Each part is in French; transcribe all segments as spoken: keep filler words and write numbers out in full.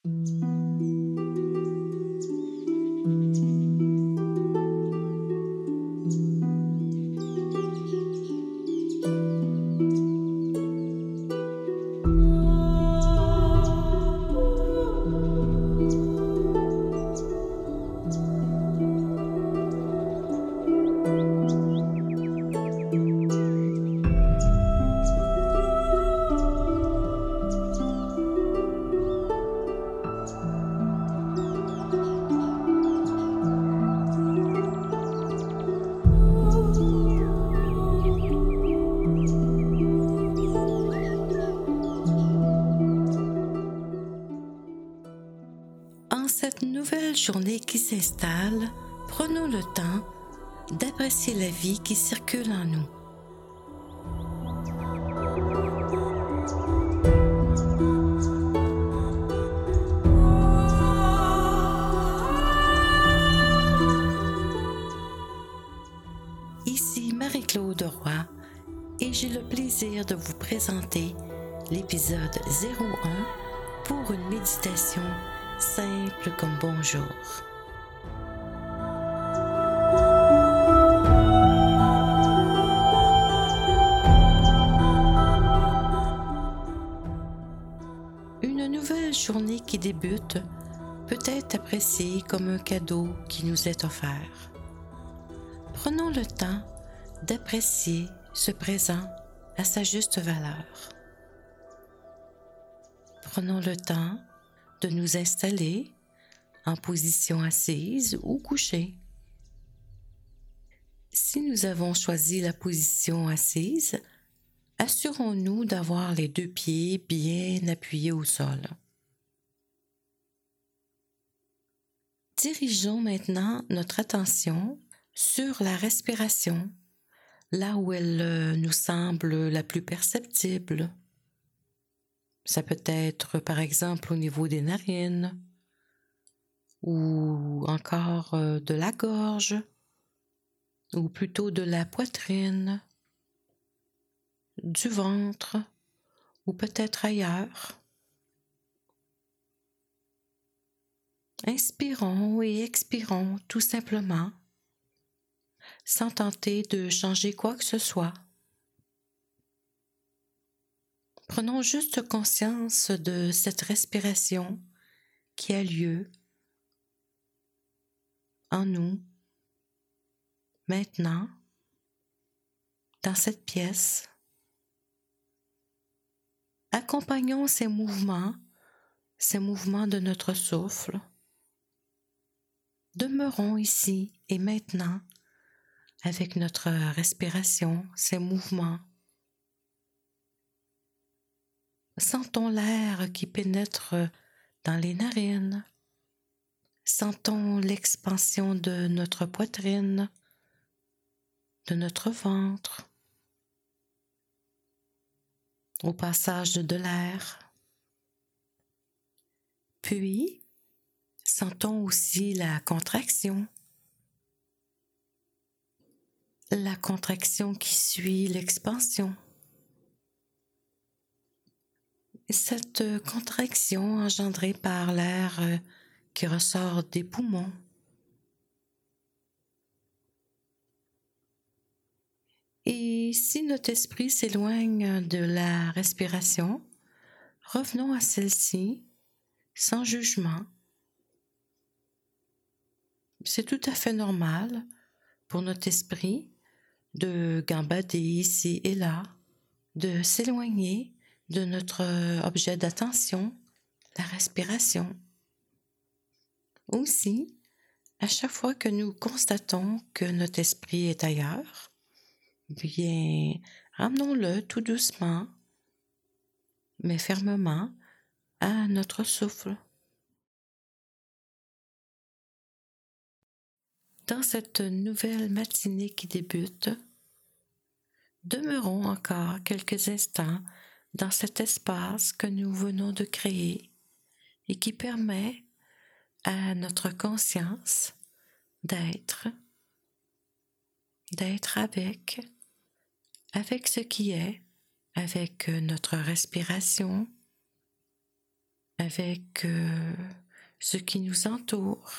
En cette nouvelle journée qui s'installe, prenons le temps d'apprécier la vie qui circule en nous. Ici Marie-Claude Roy et j'ai le plaisir de vous présenter l'épisode zéro un pour une méditation simple comme bonjour. Une nouvelle journée qui débute peut être appréciée comme un cadeau qui nous est offert. Prenons le temps d'apprécier ce présent à sa juste valeur. Prenons le temps de nous installer en position assise ou couchée. Si nous avons choisi la position assise, assurons-nous d'avoir les deux pieds bien appuyés au sol. Dirigeons maintenant notre attention sur la respiration, là où elle nous semble la plus perceptible. Ça peut être par exemple au niveau des narines ou encore de la gorge ou plutôt de la poitrine, du ventre ou peut-être ailleurs. Inspirons et expirons tout simplement sans tenter de changer quoi que ce soit. Prenons juste conscience de cette respiration qui a lieu en nous, maintenant, dans cette pièce. Accompagnons ces mouvements, ces mouvements de notre souffle. Demeurons ici et maintenant avec notre respiration, ces mouvements. Sentons l'air qui pénètre dans les narines. Sentons l'expansion de notre poitrine, de notre ventre, au passage de l'air. Puis, sentons aussi la contraction. La contraction qui suit l'expansion. Cette contraction engendrée par l'air qui ressort des poumons. Et si notre esprit s'éloigne de la respiration, revenons à celle-ci sans jugement. C'est tout à fait normal pour notre esprit de gambader ici et là, de s'éloigner de notre objet d'attention, la respiration. Aussi, à chaque fois que nous constatons que notre esprit est ailleurs, bien, ramenons-le tout doucement, mais fermement, à notre souffle. Dans cette nouvelle matinée qui débute, demeurons encore quelques instants dans cet espace que nous venons de créer et qui permet à notre conscience d'être, d'être avec, avec ce qui est, avec notre respiration, avec euh, ce qui nous entoure,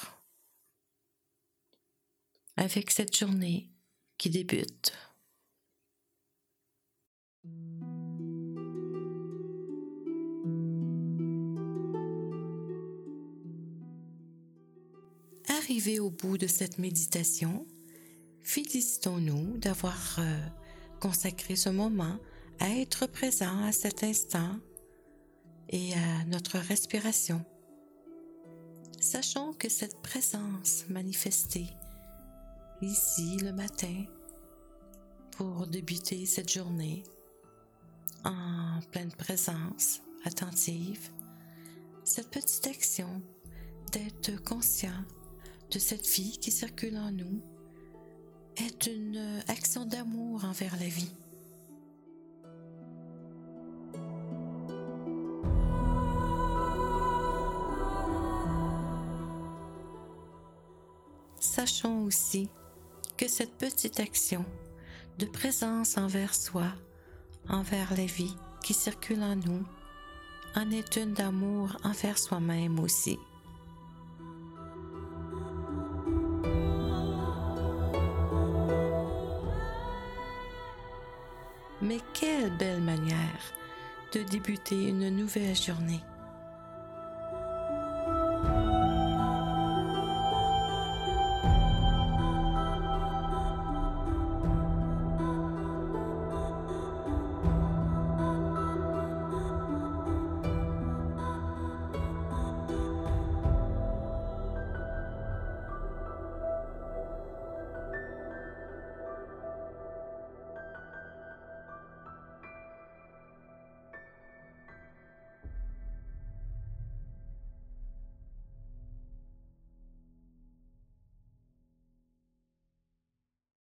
avec cette journée qui débute. Arrivés au bout de cette méditation, félicitons-nous d'avoir euh, consacré ce moment à être présent à cet instant et à notre respiration. Sachons que cette présence manifestée ici le matin pour débuter cette journée en pleine présence attentive, cette petite action d'être conscient de cette vie qui circule en nous est une action d'amour envers la vie. Sachons aussi que cette petite action de présence envers soi, envers la vie qui circule en nous, en est une d'amour envers soi-même aussi. Mais quelle belle manière de débuter une nouvelle journée.